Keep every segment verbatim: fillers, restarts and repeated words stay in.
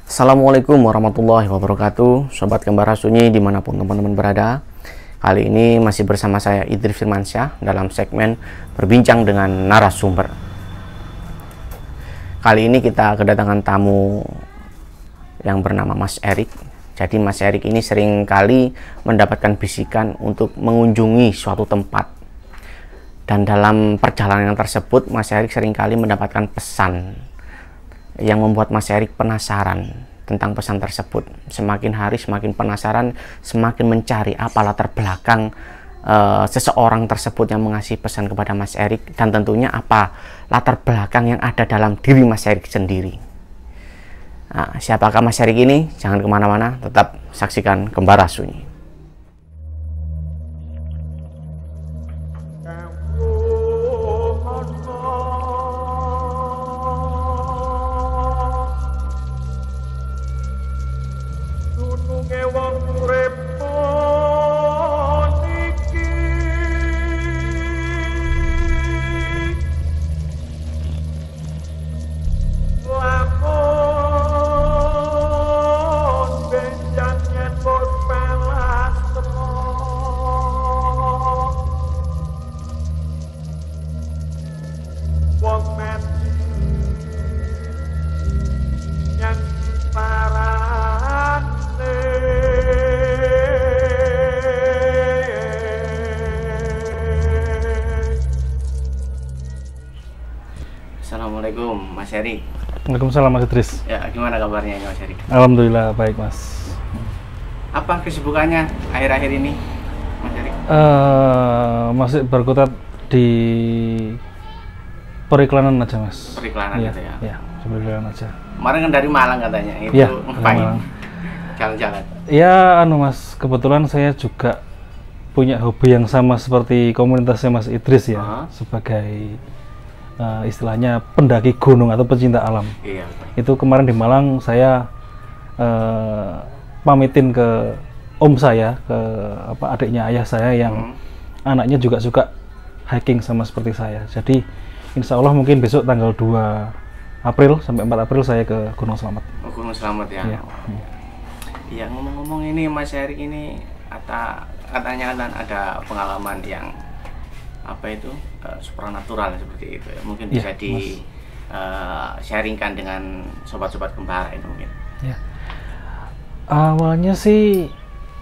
Assalamualaikum warahmatullahi wabarakatuh, Sobat Kembara Sunyi dimanapun teman-teman berada. Kali ini masih bersama saya Idris Firmansyah dalam segmen berbincang dengan narasumber. Kali ini kita kedatangan tamu yang bernama Mas Erik. Jadi Mas Erik ini sering kali mendapatkan bisikan untuk mengunjungi suatu tempat. Dan dalam perjalanan tersebut Mas Erik sering kali mendapatkan pesan yang membuat Mas Erik penasaran tentang pesan tersebut. Semakin hari semakin penasaran, semakin mencari apa latar belakang uh, seseorang tersebut yang mengasih pesan kepada Mas Erik, dan tentunya apa latar belakang yang ada dalam diri Mas Erik sendiri. Nah, siapakah Mas Erik ini? Jangan kemana-mana, tetap saksikan Kembara Sunyi. Assalamualaikum Mas Erik. Waalaikumsalam Mas Idris. Ya, gimana kabarnya Mas Erik? Alhamdulillah baik Mas. Apa kesibukannya akhir-akhir ini Mas Erik? Uh, masih berkutat di periklanan aja Mas. Periklanan ya, gitu ya? Iya, periklanan aja. Kemarin kan dari Malang katanya, itu ya, ngapain? Jalan-jalan? Ya anu Mas, kebetulan saya juga punya hobi yang sama seperti komunitasnya Mas Idris ya, uh -huh. sebagai Uh, istilahnya pendaki gunung atau pecinta alam. Iya. Itu kemarin di Malang saya uh, pamitin ke om saya, ke apa adiknya ayah saya yang hmm. anaknya juga suka hiking sama seperti saya. Jadi insya Allah mungkin besok tanggal dua April sampai empat April saya ke Gunung Slamet. Oh, Gunung Slamet ya. Iya. Iya, ngomong-ngomong ini Mas Erik ini kata katanya kan ada pengalaman yang apa itu uh, supranatural seperti itu ya. Mungkin bisa ya, di uh, sharingkan dengan sobat-sobat Kembara itu mungkin. Ya. Awalnya sih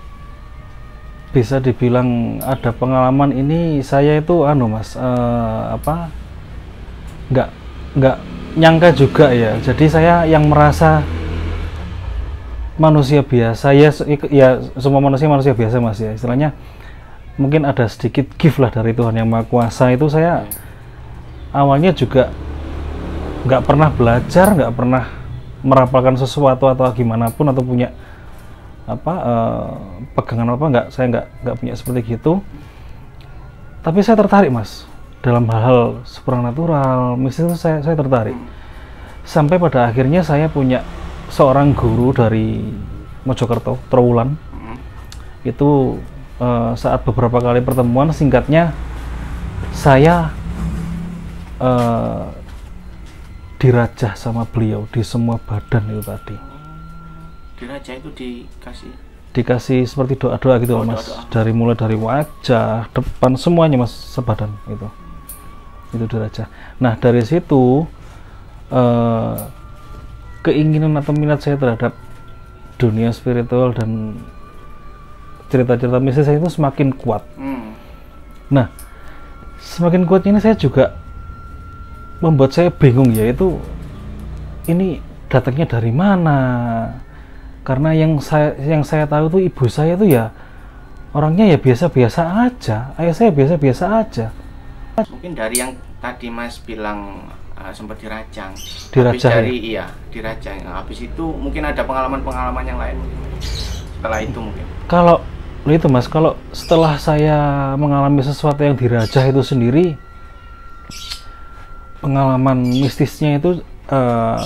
bisa dibilang ada pengalaman ini, saya itu anu Mas uh, apa nggak nggak nyangka juga ya. Jadi saya yang merasa manusia biasa ya, ya semua manusia manusia biasa Mas ya, istilahnya mungkin ada sedikit gift lah dari Tuhan Yang Maha Kuasa. Itu saya awalnya juga nggak pernah belajar, nggak pernah merapalkan sesuatu atau gimana pun, atau punya apa uh, pegangan apa, nggak, saya nggak nggak punya seperti gitu. Tapi saya tertarik Mas dalam hal-hal supranatural, mistis itu saya saya tertarik. Sampai pada akhirnya saya punya seorang guru dari Mojokerto, Trowulan. Itu Uh, saat beberapa kali pertemuan, singkatnya saya uh, dirajah sama beliau di semua badan itu tadi. Dirajah itu dikasih? Dikasih seperti doa-doa gitu oh, Mas, doa -doa. Dari mulai dari wajah, depan, semuanya Mas, sebadan itu. Itu dirajah. Nah dari situ uh, keinginan atau minat saya terhadap dunia spiritual dan cerita-cerita mistis saya itu semakin kuat. Hmm. Nah, semakin kuat ini saya juga membuat saya bingung, yaitu ini datangnya dari mana? Karena yang saya yang saya tahu tuh ibu saya tuh ya orangnya ya biasa-biasa aja, ayah saya biasa-biasa aja. Mungkin dari yang tadi Mas bilang uh, sempat dirajang. Dirajang. Habis dari iya, dirajang. Habis itu mungkin ada pengalaman-pengalaman yang lain setelah itu mungkin. Kalau itu Mas, kalau setelah saya mengalami sesuatu yang dirajah itu sendiri, pengalaman mistisnya itu uh,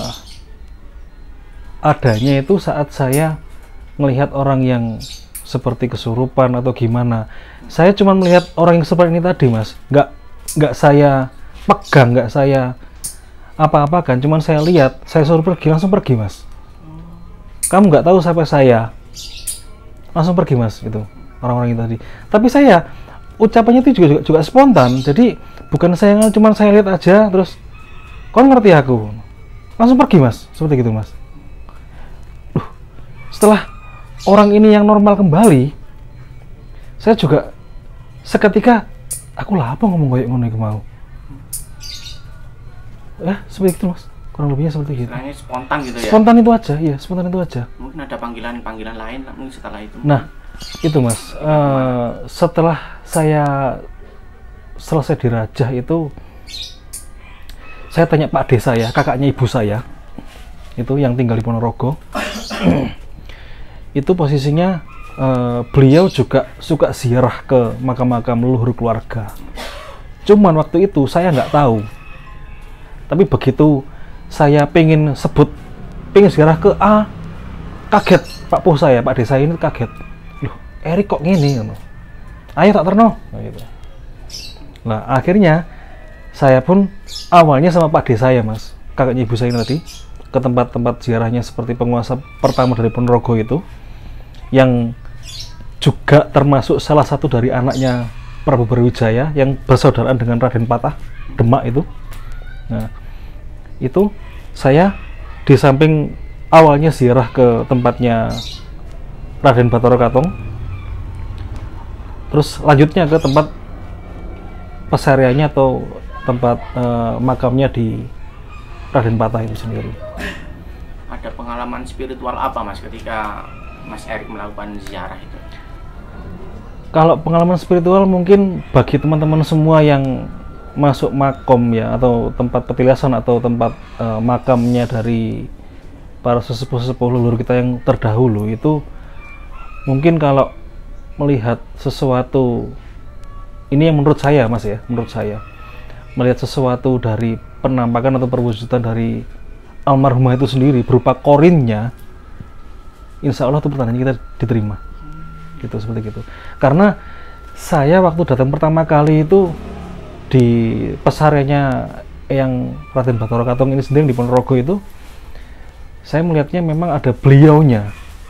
adanya itu saat saya melihat orang yang seperti kesurupan atau gimana. Saya cuma melihat orang yang seperti ini tadi Mas, nggak nggak saya pegang, nggak saya apa-apa kan, cuman saya lihat, saya suruh pergi, langsung pergi Mas. kamu nggak tahu siapa saya, langsung pergi mas, itu orang-orang itu tadi. Tapi saya ucapannya itu juga, juga juga spontan, jadi bukan saya cuma saya lihat aja terus kau ngerti aku, langsung pergi mas, seperti gitu mas. Duh, setelah orang ini yang normal kembali, saya juga seketika aku lah apa ngomong kayak ngono mau, eh seperti itu mas, kurang lebihnya seperti gitu. Istilahnya spontan gitu ya? Spontan itu aja, iya spontan itu aja. Mungkin ada panggilan-panggilan lain mungkin setelah itu. Nah itu mas, uh, setelah saya selesai dirajah itu, saya tanya Pak D saya, kakaknya ibu saya, itu yang tinggal di Ponorogo. Itu posisinya uh, beliau juga suka ziarah ke makam-makam leluhur keluarga. Cuman waktu itu saya nggak tahu. Tapi begitu saya pengen sebut, pengen ziarah ke A, kaget Pak Puh saya, Pak D saya ini kaget. Loh, Erik kok gini? Ayo tak terno. Gitu. Nah akhirnya saya pun awalnya sama Pak D saya mas, kakaknya ibu saya ini tadi, ke tempat-tempat ziarahnya seperti penguasa pertama dari Ponorogo itu, yang juga termasuk salah satu dari anaknya Prabu Brawijaya yang bersaudaraan dengan Raden Patah Demak itu. Nah, itu saya di samping awalnya ziarah ke tempatnya Raden Batara Katong, terus lanjutnya ke tempat pesariannya atau tempat uh, makamnya di Raden Patah itu sendiri. Ada pengalaman spiritual apa mas ketika Mas Erik melakukan ziarah itu? Kalau pengalaman spiritual mungkin bagi teman-teman semua yang masuk makom ya, atau tempat petilasan atau tempat uh, makamnya dari para sesepuh-sesepuh leluhur kita yang terdahulu, itu mungkin kalau melihat sesuatu, ini yang menurut saya mas ya, menurut saya melihat sesuatu dari penampakan atau perwujudan dari almarhumah itu sendiri berupa korinnya, insya Allah itu pertandaan kita diterima, gitu, seperti gitu. Karena saya waktu datang pertama kali itu di pesariannya yang Raden Batara Katong ini sendiri di Ponorogo itu, saya melihatnya memang ada beliaunya,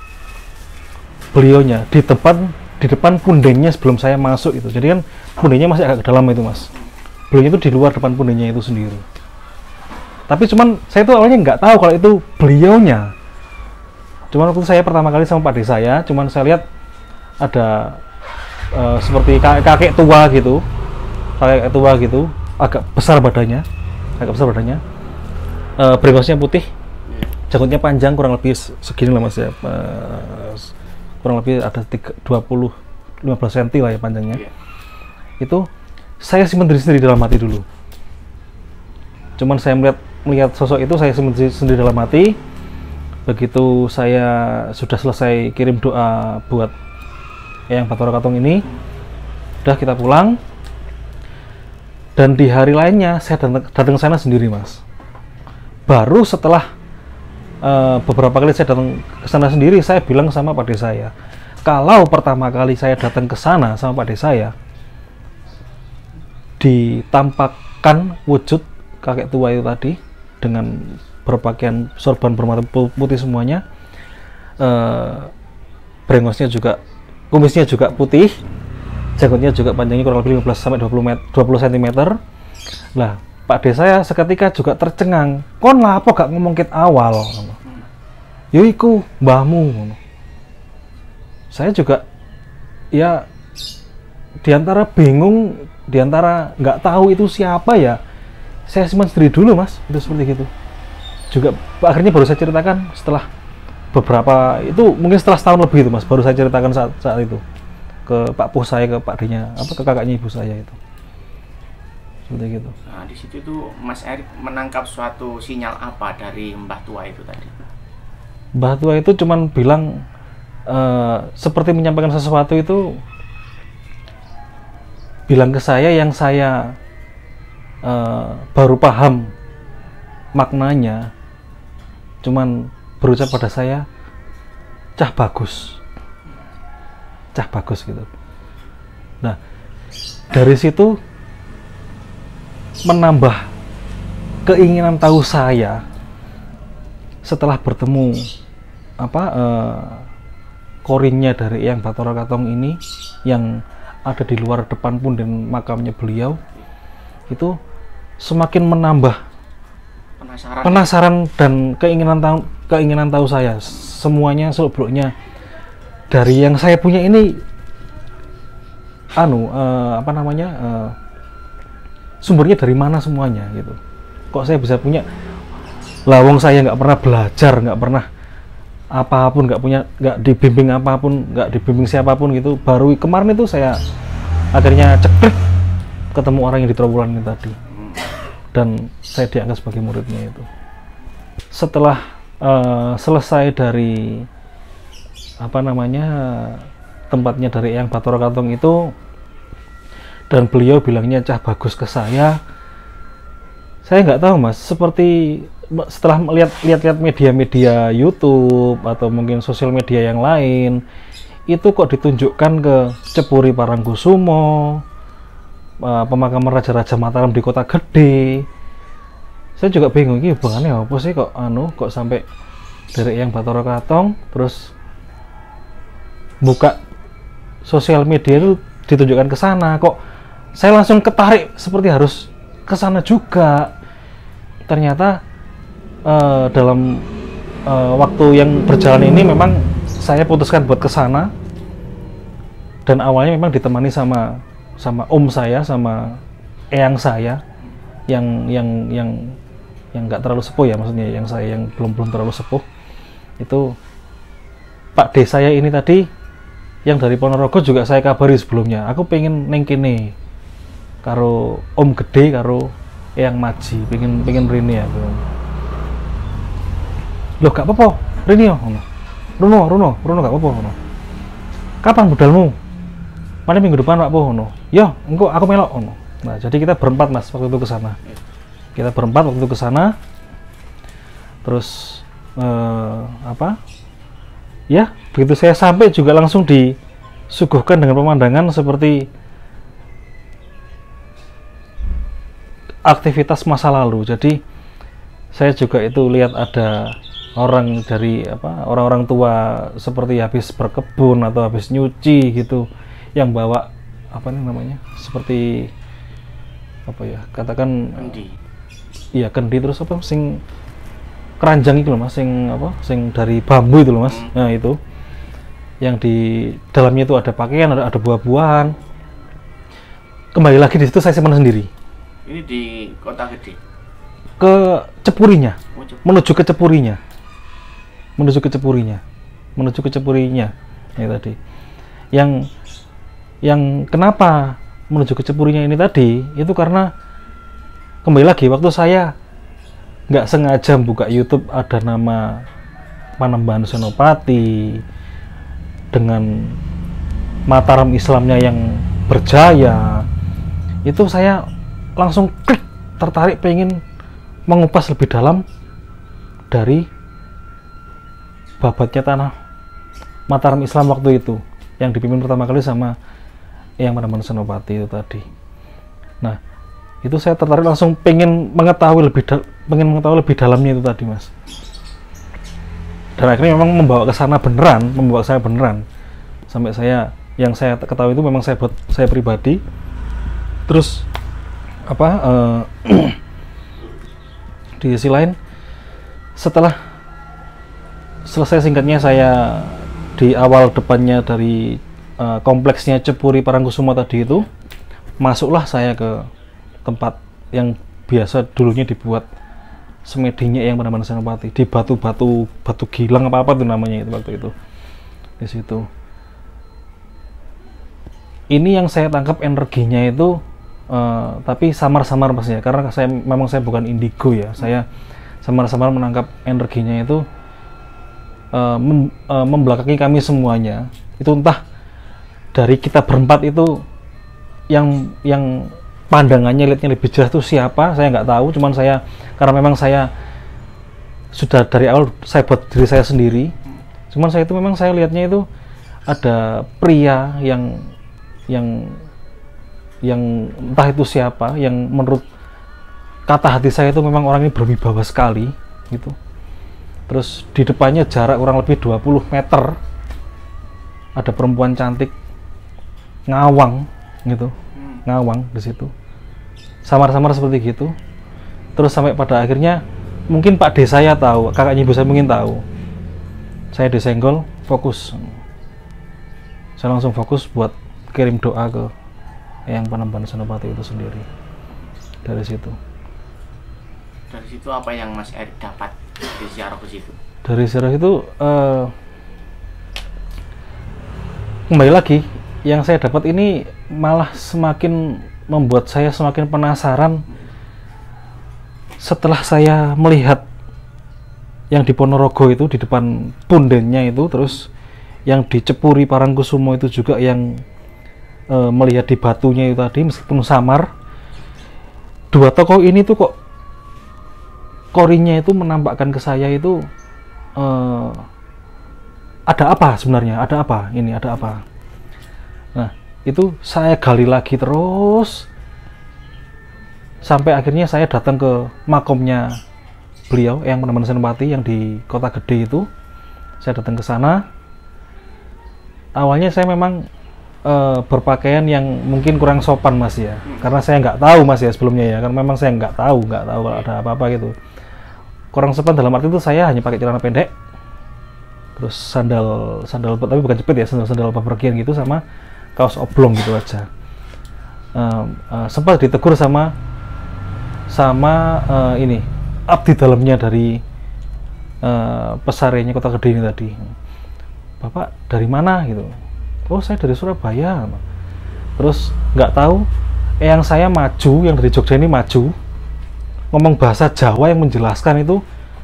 beliaunya di depan di depan pundengnya sebelum saya masuk itu. Jadi kan pundengnya masih agak ke dalam itu mas, beliaunya itu di luar depan pundengnya itu sendiri. Tapi cuman saya tuh awalnya nggak tahu kalau itu beliaunya. Cuman waktu saya pertama kali sama Pak D saya, cuman saya lihat ada uh, seperti kakek, kakek tua gitu, kakek tua gitu, agak besar badannya, agak besar badannya, uh, brengosnya putih, janggutnya panjang kurang lebih segini lah mas ya, uh, kurang lebih ada dua puluh sampai lima belas sentimeter lah ya panjangnya. Itu saya simpen diri sendiri dalam hati dulu. Cuman saya melihat melihat sosok itu, saya simpen sendiri dalam hati. Begitu saya sudah selesai kirim doa buat Eyang Batara Katong ini, udah kita pulang. Dan di hari lainnya saya datang, datang sana sendiri mas. Baru setelah uh, beberapa kali saya datang ke sana sendiri, saya bilang sama Pak D saya, kalau pertama kali saya datang ke sana sama Pak D saya, ditampakkan wujud kakek tua itu tadi dengan berpakaian sorban bermata putih semuanya, uh, brengosnya juga, kumisnya juga putih, janggutnya juga panjangnya kurang lebih lima belas sampai dua puluh sentimeter. Lah Pak D saya seketika juga tercengang, kon lah apa gak ngomong ket awal, yaiku mbahmu. Saya juga ya diantara bingung, diantara nggak tahu itu siapa ya, saya simpan sendiri dulu mas, itu seperti gitu. Juga akhirnya baru saya ceritakan setelah beberapa, itu mungkin setelah setahun lebih itu mas, baru saya ceritakan saat, saat itu ke Pak Puh saya, ke Pak D-nya, apa ke kakaknya ibu saya itu, seperti gitu. Nah di situ tuh Mas Erik menangkap suatu sinyal apa dari Mbah Tua itu tadi? Mbah Tua itu cuman bilang uh, seperti menyampaikan sesuatu itu, bilang ke saya yang saya uh, baru paham maknanya, cuman berucap pada saya, cah bagus, cah bagus gitu. Nah dari situ menambah keinginan tahu saya setelah bertemu apa uh, korinnya dari Eyang Bathara Katong ini yang ada di luar depan pun dan makamnya beliau itu semakin menambah penasaran, penasaran dan keinginan tahu keinginan tahu saya semuanya seluk-beluknya dari yang saya punya ini anu uh, apa namanya uh, sumbernya dari mana semuanya gitu. Kok saya bisa punya lawang, saya nggak pernah belajar, nggak pernah apapun, nggak punya, nggak dibimbing apapun, nggak dibimbing siapapun gitu. Baru kemarin itu saya akhirnya cekrek ketemu orang yang di Trawulan ini tadi, dan saya dianggap sebagai muridnya itu. Setelah uh, selesai dari apa namanya tempatnya dari Eyang Bathara Katong itu, dan beliau bilangnya cah bagus ke saya, saya nggak tahu mas, seperti setelah melihat lihat-lihat media-media YouTube atau mungkin sosial media yang lain, itu kok ditunjukkan ke Cepuri Parangkusumo, pemakaman Raja-Raja Mataram di Kota Gede. Saya juga bingung, ini hubungannya apa sih kok anu kok sampai dari Eyang Bathara Katong terus buka sosial media itu ditunjukkan ke sana. Kok saya langsung ketarik seperti harus ke sana juga. Ternyata uh, dalam uh, waktu yang berjalan ini memang saya putuskan buat ke sana, dan awalnya memang ditemani sama sama om saya, sama eyang saya yang yang yang yang nggak terlalu sepuh ya, maksudnya yang saya yang belum belum terlalu sepuh itu Pak D saya ini tadi yang dari Ponorogo juga saya kabari sebelumnya, aku pengen neng kene karo om gede karo eyang Maji, pengen pengen rini ya. Loh gak apa-apa rini yo Runo Runo Runo gak apa-apa Runo. Kapan budalmu? Mana minggu depan Pak Po Runo. Yo engko aku melok Runo. Nah jadi kita berempat mas waktu itu ke sana. Kita berempat waktu itu ke sana. Terus eh, apa? Ya, begitu saya sampai juga langsung disuguhkan dengan pemandangan seperti aktivitas masa lalu. Jadi saya juga itu lihat ada orang dari apa orang-orang tua seperti habis berkebun atau habis nyuci gitu, yang bawa apa nih namanya seperti apa ya katakan kendi. Iya kendi, terus apa sing keranjang itu loh mas, sing apa sing dari bambu itu loh mas. Hmm. Nah itu yang di dalamnya itu ada pakaian, ada, ada buah-buahan. Kembali lagi di situ saya simpan sendiri. Ini di Kota Gede. Ke Cepurinya, Oh, Cepuri. menuju ke Cepurinya, menuju ke Cepurinya, menuju ke Cepurinya. Ini tadi. Yang yang kenapa menuju ke Cepurinya ini tadi itu karena kembali lagi waktu saya nggak sengaja buka YouTube ada nama Panembahan Senopati dengan Mataram Islamnya yang berjaya, itu saya langsung klik tertarik pengen mengupas lebih dalam dari babatnya tanah Mataram Islam waktu itu yang dipimpin pertama kali sama Eyang Panembahan Senopati itu tadi. Nah itu saya tertarik langsung pengen mengetahui lebih pengen mengetahui lebih dalamnya itu tadi mas, dan akhirnya memang membawa ke sana beneran membawa ke saya beneran sampai saya yang saya ketahui itu memang saya buat saya pribadi. Terus apa uh, di sisi lain setelah selesai singkatnya saya di awal depannya dari uh, kompleksnya Cepuri Parangkusumo tadi itu, masuklah saya ke tempat yang biasa dulunya dibuat semedinya Eyang Panembahan Senopati di batu-batu batu gilang apa apa tuh namanya itu waktu itu di situ. Ini yang saya tangkap energinya itu uh, tapi samar-samar mas ya, karena saya memang saya bukan indigo ya, saya samar-samar menangkap energinya itu uh, mem, uh, membelakangi kami semuanya. Itu entah dari kita berempat itu yang yang pandangannya lihatnya lebih jelas itu siapa, saya nggak tahu. Cuman saya karena memang saya sudah dari awal saya buat diri saya sendiri. Cuman saya itu memang saya lihatnya itu ada pria yang yang yang entah itu siapa, yang menurut kata hati saya itu memang orang ini berwibawa sekali gitu. terus di depannya jarak kurang lebih dua puluh meter ada perempuan cantik ngawang gitu, hmm. ngawang di situ, samar-samar seperti gitu. Terus sampai pada akhirnya mungkin Pak D saya tahu, kakaknya ibu saya mungkin tahu, saya disenggol, fokus, saya langsung fokus buat kirim doa ke Eyang Panembahan Senopati itu sendiri. Dari situ. Dari situ apa yang Mas Erik dapat dari ziarah ke situ? Dari ziarah itu uh, kembali lagi, yang saya dapat ini malah semakin membuat saya semakin penasaran setelah saya melihat yang di Ponorogo itu di depan pundennya itu, terus yang di Cepuri Parangkusumo itu juga yang e, melihat di batunya itu tadi meskipun samar. Dua tokoh ini tuh kok korinya itu menampakkan ke saya itu e, ada apa sebenarnya, ada apa ini, ada apa. Nah, itu saya gali lagi terus sampai akhirnya saya datang ke makomnya beliau yang Panembahan Senopati yang di Kota Gede itu. Saya datang ke sana. Awalnya saya memang e, berpakaian yang mungkin kurang sopan Mas ya, karena saya nggak tahu Mas ya sebelumnya ya, karena memang saya nggak tahu nggak tahu kalau ada apa-apa gitu. Kurang sopan dalam arti itu saya hanya pakai celana pendek, terus sandal sandal tapi bukan jepit ya, sandal sandal bepergian gitu, sama kaos oblong gitu aja. Uh, uh, sempat ditegur sama sama uh, ini abdi dalamnya dari uh, pesarinya Kota Gede ini tadi. Bapak dari mana gitu? Oh, saya dari Surabaya. Terus nggak tahu, eh, yang saya maju, yang dari Jogja ini maju, ngomong bahasa Jawa yang menjelaskan itu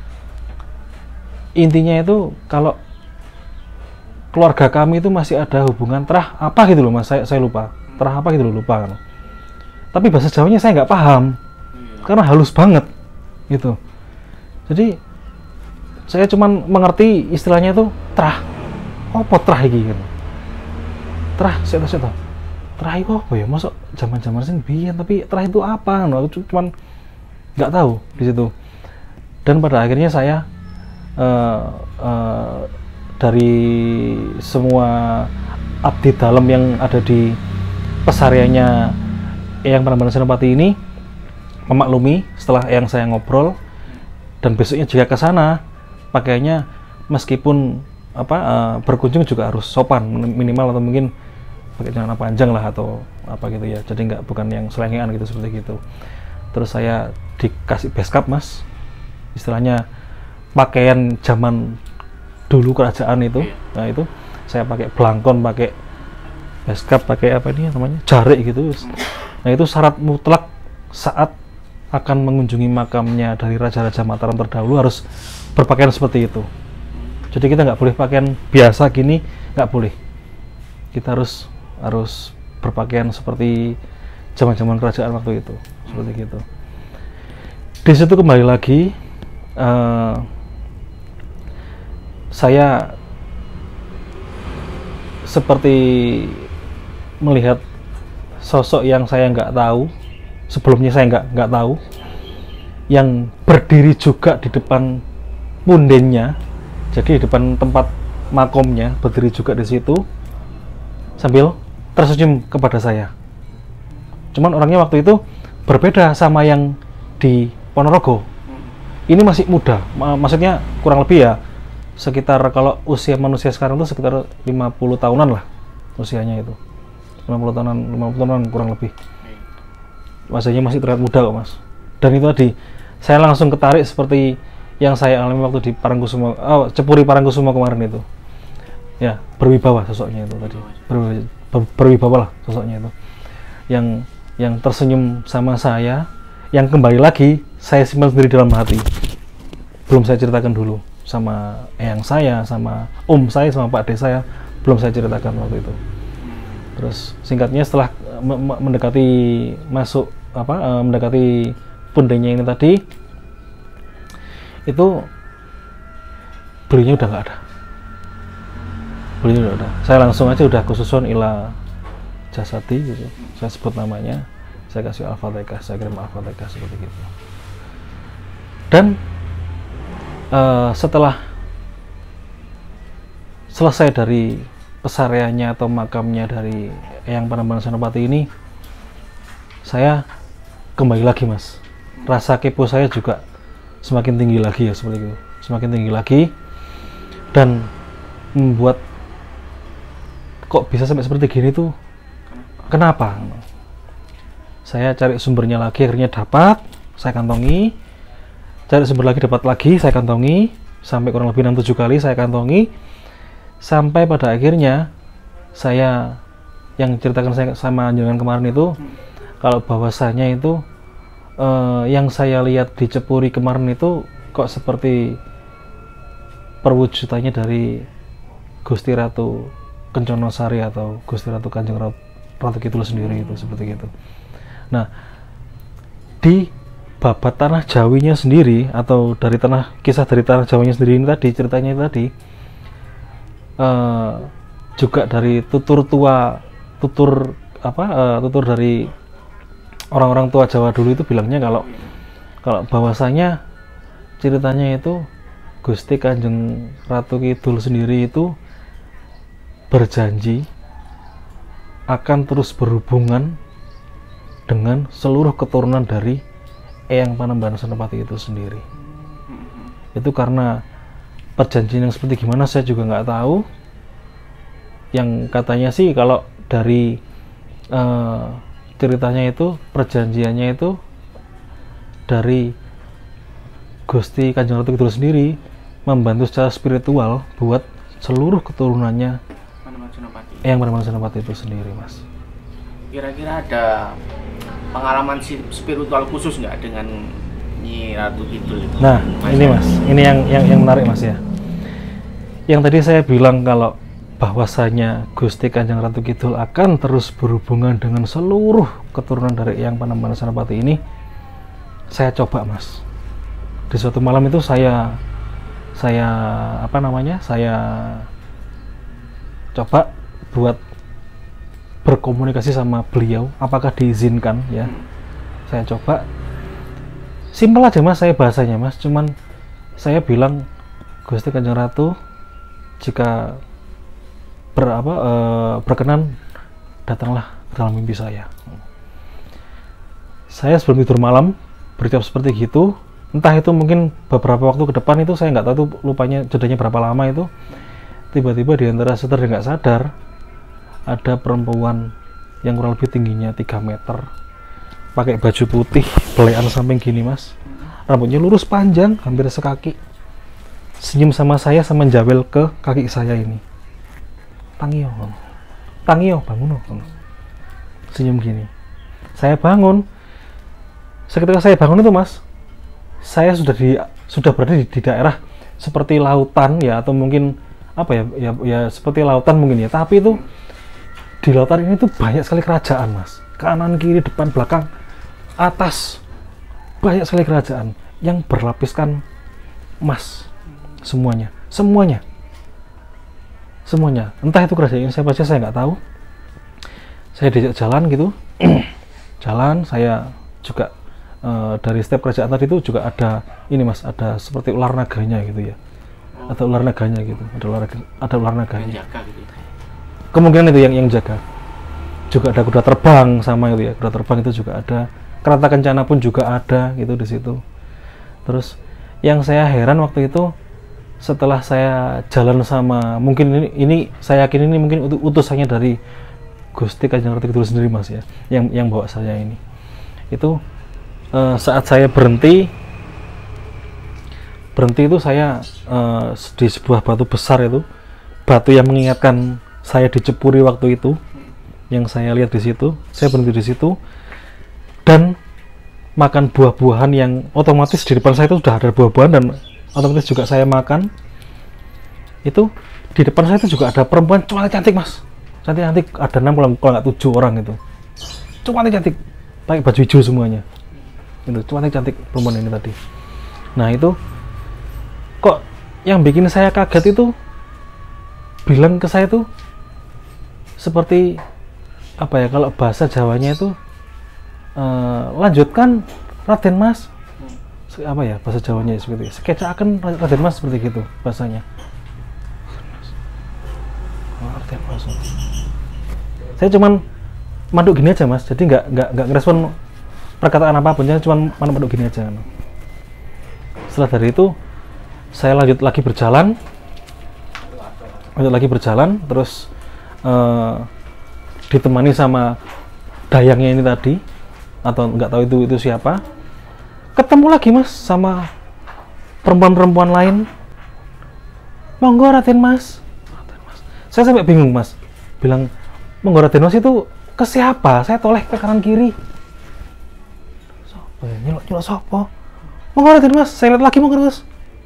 intinya itu kalau keluarga kami itu masih ada hubungan terah apa gitu loh Mas, saya, saya lupa terah apa gitu loh, lupa kan. Tapi bahasa Jawanya saya nggak paham karena halus banget gitu. Jadi saya cuman mengerti istilahnya itu terah, apa terah iki gitu. Terah, saya tahu, saya tahu. Terah itu apa ya? Masuk zaman-zaman sing biyen, tapi terah itu apa? Aku cuman nggak tahu di situ. Dan pada akhirnya saya uh, uh, dari semua abdi dalam yang ada di pesariannya Eyang Panembahan Senopati ini memaklumi setelah yang saya ngobrol, dan besoknya jika ke sana pakainya meskipun apa uh, berkunjung juga harus sopan minimal, atau mungkin pakai celana panjang lah atau apa gitu ya, jadi nggak bukan yang selengean gitu seperti gitu. Terus saya dikasih beskap Mas, istilahnya pakaian zaman dulu kerajaan itu. Nah itu saya pakai blangkon, pakai beskap, pakai apa ini namanya jarik gitu. Nah itu syarat mutlak saat akan mengunjungi makamnya dari Raja-Raja Mataram terdahulu, harus berpakaian seperti itu. Jadi kita nggak boleh pakaian biasa gini, nggak boleh. Kita harus harus berpakaian seperti zaman-zaman kerajaan waktu itu, seperti gitu. Di situ kembali lagi uh, saya seperti melihat sosok yang saya nggak tahu sebelumnya, saya nggak nggak tahu, yang berdiri juga di depan pundennya, jadi di depan tempat makomnya, berdiri juga di situ sambil tersenyum kepada saya. Cuman orangnya waktu itu berbeda sama yang di Ponorogo. Ini masih muda, maksudnya kurang lebih ya sekitar, kalau usia manusia sekarang itu sekitar lima puluh tahunan lah usianya itu. lima puluh tahunan, lima puluh tahunan kurang lebih. Wajahnya masih terlihat muda kok Mas. Dan itu tadi saya langsung ketarik seperti yang saya alami waktu di Parangkusumo, oh, Cepuri Parangkusumo kemarin itu. Ya, berwibawa sosoknya itu tadi. Berwibawa, ber, berwibawa lah sosoknya itu. Yang yang tersenyum sama saya, yang kembali lagi saya simpan sendiri dalam hati. Belum saya ceritakan dulu sama eyang saya, sama om saya, sama Pak D saya, belum saya ceritakan waktu itu. Terus singkatnya setelah mendekati masuk apa uh, mendekati pundenya ini tadi, itu beliaunya udah nggak ada. Beliaunya udah ada. Saya langsung aja udah khususon ila jasadi gitu. Saya sebut namanya, saya kasih Al-Fatihah, saya kirim Al-Fatihah seperti gitu. Dan uh, setelah selesai dari pesareannya atau makamnya dari Eyang Panembahan Senopati ini, saya kembali lagi mas, rasa kepo saya juga semakin tinggi lagi ya, seperti itu, semakin tinggi lagi, dan membuat kok bisa sampai seperti gini tuh, kenapa? Saya cari sumbernya lagi, akhirnya dapat, saya kantongi, cari sumber lagi, dapat lagi, saya kantongi, sampai kurang lebih enam tujuh kali saya kantongi, sampai pada akhirnya saya yang ceritakan saya sama jangan kemarin itu, kalau bahwasanya itu eh, yang saya lihat di Cepuri kemarin itu kok seperti perwujudannya dari Gusti Ratu Kenconosari atau Gusti Ratu Kanjeng Ratu Kidul sendiri, itu seperti itu. Nah, di babat tanah Jawinya sendiri, atau dari tanah kisah dari tanah Jawinya sendiri ini tadi, ceritanya itu tadi uh, juga dari tutur tua, tutur apa uh, tutur dari orang-orang tua Jawa dulu itu bilangnya kalau kalau bahwasanya ceritanya itu Gusti Kanjeng Ratu Kidul sendiri itu berjanji akan terus berhubungan dengan seluruh keturunan dari Eyang Panembahan Senopati itu sendiri. Itu karena perjanjian yang seperti gimana saya juga nggak tahu. Yang katanya sih kalau dari uh, ceritanya itu, perjanjiannya itu dari Gusti Kanjeng Ratu Kidul sendiri membantu secara spiritual buat seluruh keturunannya Eyang Panembahan Senopati itu sendiri, mas. Kira-kira ada pengalaman spiritual khusus nggak dengan Nyi Ratu Kidul itu? Nah, mas, ini mas, ini yang yang yang menarik mas ya. Yang tadi saya bilang kalau bahwasanya Gusti Kanjeng Ratu Kidul akan terus berhubungan dengan seluruh keturunan dari Eyang Panembahan Senopati ini, saya coba mas. Di suatu malam itu saya saya apa namanya? Saya coba buat berkomunikasi sama beliau, apakah diizinkan ya. Saya coba simpel aja mas, saya bahasanya mas, cuman saya bilang, Gusti Kanjeng Ratu, jika ber, apa, e, berkenan datanglah dalam mimpi saya. Saya sebelum tidur malam berucap seperti gitu, entah itu mungkin beberapa waktu ke depan, itu saya nggak tahu tuh, lupanya jedanya berapa lama itu, tiba-tiba di antara sadar dan nggak sadar ada perempuan yang kurang lebih tingginya tiga meter, pakai baju putih, belean samping gini mas, rambutnya lurus panjang hampir sekaki, senyum sama saya sama menjawel ke kaki saya ini, Tangio, Tangio bangun, senyum gini. Saya bangun. Seketika saya bangun itu mas, saya sudah di sudah berada di, di daerah seperti lautan ya, atau mungkin apa ya, ya ya seperti lautan mungkin ya, tapi itu di lautan ini tuh banyak sekali kerajaan mas, kanan kiri depan belakang atas, banyak sekali kerajaan yang berlapiskan emas, semuanya semuanya semuanya entah itu kerajaan siapa saja saya nggak tahu. Saya diajak jalan gitu jalan, saya juga uh, dari setiap kerajaan tadi itu juga ada ini mas, ada seperti ular naganya gitu ya, atau ular naganya gitu, ada ular ada ular naganya gitu. Kemungkinan itu yang yang jaga. Juga ada kuda terbang sama itu ya, kuda terbang itu juga ada, kereta kencana pun juga ada gitu di situ. Terus yang saya heran waktu itu, setelah saya jalan sama, mungkin ini, ini saya yakin ini mungkin utusannya dari Gusti Kanjeng Ratu Kidul sendiri mas ya, yang yang bawa saya ini. Itu uh, saat saya berhenti berhenti itu saya uh, di sebuah batu besar itu, batu yang mengingatkan saya di Cepuri waktu itu, yang saya lihat di situ. Saya berhenti di situ dan makan buah-buahan yang otomatis di depan saya itu sudah ada buah-buahan, dan otomatis juga saya makan. Itu di depan saya itu juga ada perempuan cuman cantik mas, cantik-cantik, ada enam kalau nggak tujuh orang itu, cuman cantik, pakai baju hijau semuanya. Itu cuman cantik perempuan ini tadi. Nah itu kok yang bikin saya kaget itu, bilang ke saya tuh seperti apa ya, kalau bahasa Jawanya itu uh, lanjutkan Raden mas, apa ya bahasa Jawanya seperti itu. Sekecakan Raden Mas seperti gitu bahasanya. Oh, Raden Mas. Saya cuman manduk gini aja Mas, jadi nggak nggak nggak ngerespon perkataan apapun, saya cuman manduk gini aja. Setelah dari itu saya lanjut lagi berjalan, lanjut lagi berjalan, terus uh, ditemani sama dayangnya ini tadi, atau nggak tahu itu itu siapa. Ketemu lagi Mas sama perempuan-perempuan lain. Monggo Raden Mas. Raden Mas. Saya sampai bingung Mas. Bilang monggo Raden Mas itu ke siapa? Saya toleh ke kanan kiri. Sopo ya? Nyelok nyelok sopo? Monggo Raden Mas. Saya lihat lagi monggo Mas.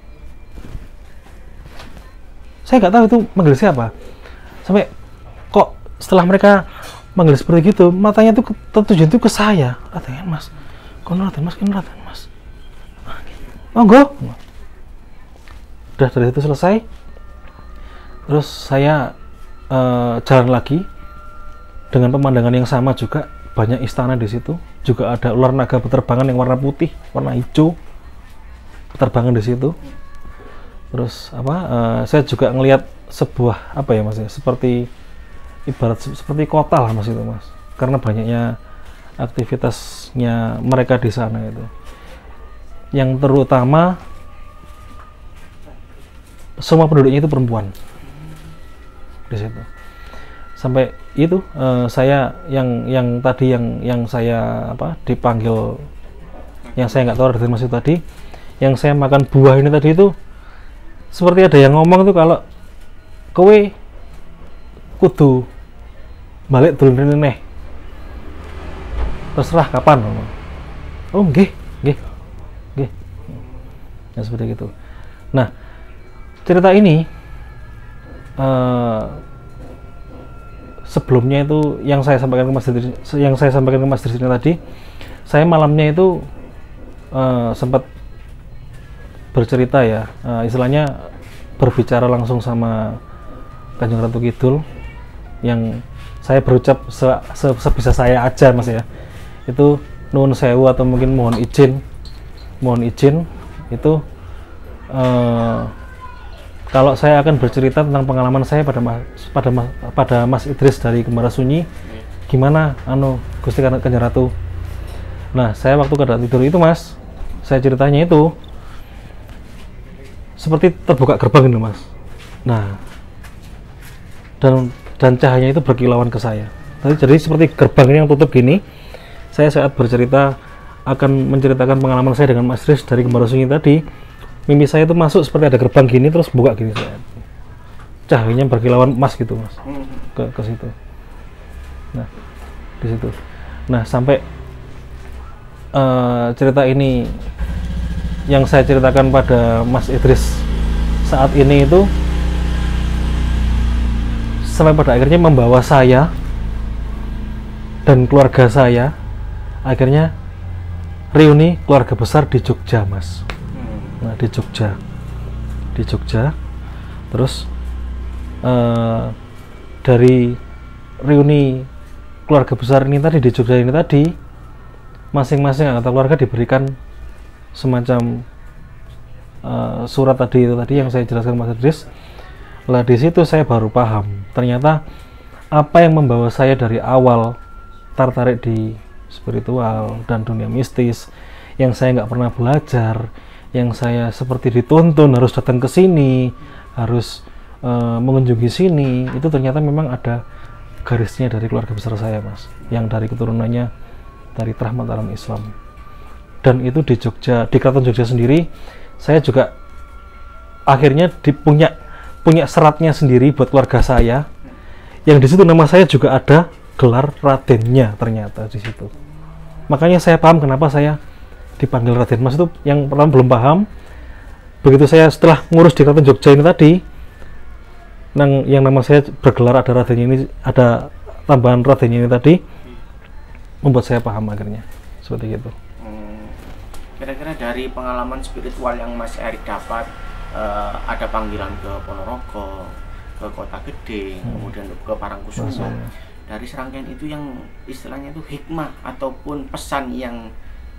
Saya nggak tahu itu manggil siapa. Sampai kok setelah mereka manggil seperti gitu, matanya tuh tertuju itu ke saya. Raden Mas. Kono Raden Mas, kono Raden Mas. Monggo. Udah dari situ selesai. Terus saya uh, jalan lagi dengan pemandangan yang sama juga, banyak istana di situ. Juga ada ular naga berterbangan yang warna putih, warna hijau berterbangan di situ. Terus apa? Uh, saya juga ngelihat sebuah apa ya Mas ya, seperti ibarat seperti kota lah Mas itu Mas. Karena banyaknya aktivitasnya mereka di sana itu. Yang terutama semua penduduknya itu perempuan di situ. Sampai itu uh, saya yang yang tadi yang yang saya apa dipanggil, yang saya nggak tahu Raden Mas itu tadi, yang saya makan buah ini tadi itu seperti ada yang ngomong tuh kalau kowe kudu balik dulu neh, terserah kapan. Oh nggih nggih nggih, ya seperti itu. Nah cerita ini uh, sebelumnya itu yang saya sampaikan ke Mas Diri, yang saya sampaikan ke Mas Diri tadi, saya malamnya itu uh, sempat bercerita ya, uh, istilahnya berbicara langsung sama Kanjeng Ratu Kidul, yang saya berucap se se sebisa saya aja Mas ya, itu nuwun sewu atau mungkin mohon izin, mohon izin itu uh, kalau saya akan bercerita tentang pengalaman saya pada mas, pada mas, pada Mas Idris dari Kembara Sunyi, gimana anu Gusti Kanjeng Ratu. Nah saya waktu keadaan tidur itu Mas, saya ceritanya itu seperti terbuka gerbang itu Mas. Nah dan dan cahayanya itu berkilauan ke saya. Jadi, jadi seperti gerbang ini yang tutup gini. Saya saat bercerita akan menceritakan pengalaman saya dengan Mas Idris dari Kembara Sunyi tadi, mimpi saya itu masuk seperti ada gerbang gini terus buka gini, saya cahayanya berkilauan emas gitu Mas, ke ke situ. Nah di situ. Nah sampai uh, cerita ini yang saya ceritakan pada Mas Idris saat ini itu sampai pada akhirnya membawa saya dan keluarga saya akhirnya reuni keluarga besar di Jogja Mas. Nah di Jogja, di Jogja, terus uh, dari reuni keluarga besar ini tadi di Jogja ini tadi, masing-masing anggota keluarga diberikan semacam uh, surat tadi itu tadi yang saya jelaskan Mas Idris. Lah di situ saya baru paham ternyata apa yang membawa saya dari awal tertarik di spiritual dan dunia mistis, yang saya nggak pernah belajar, yang saya seperti dituntun harus datang ke sini, harus uh, mengunjungi sini, itu ternyata memang ada garisnya dari keluarga besar saya Mas, yang dari keturunannya dari Rahmat Alam Islam. Dan itu di Jogja, di Keraton Jogja sendiri, saya juga akhirnya dipunya punya seratnya sendiri buat keluarga saya, yang di situ nama saya juga ada gelar Radennya ternyata di situ. Makanya saya paham kenapa saya dipanggil Raden Mas itu, yang pertama belum paham. Begitu saya setelah ngurus di Keraton Jogja ini tadi, nang yang nama saya bergelar ada Radennya ini, ada tambahan Radennya ini tadi, membuat saya paham akhirnya seperti itu. Kira-kira dari pengalaman spiritual yang Mas Erik dapat, uh, ada panggilan ke Ponorogo, ke Kota Gede, hmm. kemudian ke Parangkusumo. Dari serangkaian itu yang istilahnya itu hikmah ataupun pesan yang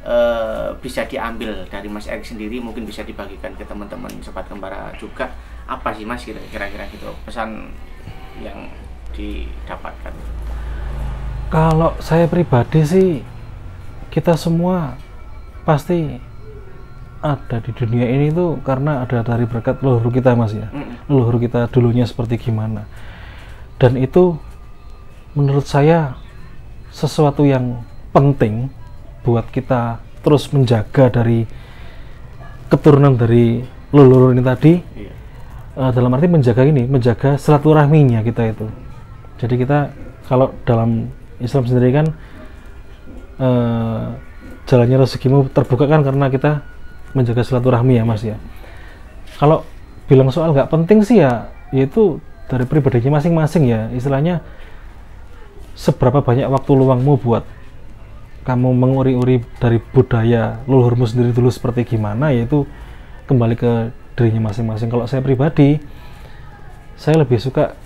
uh, bisa diambil dari Mas Erik sendiri, mungkin bisa dibagikan ke teman-teman sobat kembara juga, apa sih Mas kira-kira gitu pesan yang didapatkan? Kalau saya pribadi sih, kita semua pasti ada di dunia ini tuh karena ada dari berkat leluhur kita Mas ya. Mm. Leluhur kita dulunya seperti gimana. Dan itu menurut saya sesuatu yang penting buat kita terus menjaga dari keturunan dari leluhur ini tadi. Yeah. Uh, dalam arti menjaga ini, menjaga silaturahminya kita itu. Jadi kita kalau dalam Islam sendiri kan uh, jalannya rezekimu terbuka kan karena kita menjaga silaturahmi ya Mas ya. Kalau bilang soal nggak penting sih ya, yaitu dari pribadinya masing-masing ya. Istilahnya seberapa banyak waktu luangmu buat kamu menguri-uri dari budaya leluhurmu sendiri dulu seperti gimana, yaitu kembali ke dirinya masing-masing. Kalau saya pribadi, saya lebih suka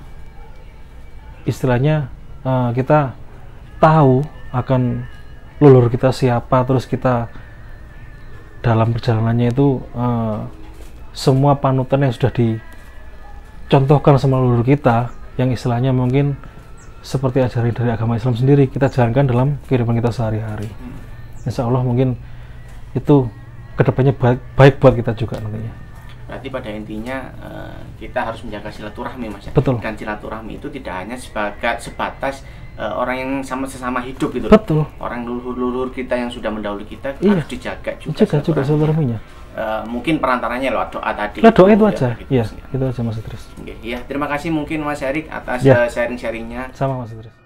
istilahnya uh, kita tahu akan leluhur kita siapa, terus kita dalam perjalanannya itu uh, semua panutan yang sudah dicontohkan sama leluhur kita, yang istilahnya mungkin seperti ajaran dari agama Islam sendiri, kita jalankan dalam kehidupan kita sehari-hari. Insya Allah mungkin itu kedepannya baik, baik buat kita juga nantinya. Berarti pada intinya uh, kita harus menjaga silaturahmi Mas ya. Betul. Dan silaturahmi itu tidak hanya sebagai sebatas uh, orang yang sama sesama hidup gitu. Betul. Orang leluhur-leluhur kita yang sudah mendahului kita iya. harus dijaga juga. Jaga juga silaturahminya. Uh, mungkin perantaranya lewat doa tadi. Lah doa itu, itu aja. Iya, gitu, itu aja Mas Idris. Oke, ya terima kasih mungkin Mas Erik atas ya. uh, sharing-sharingnya. Sama Mas Idris.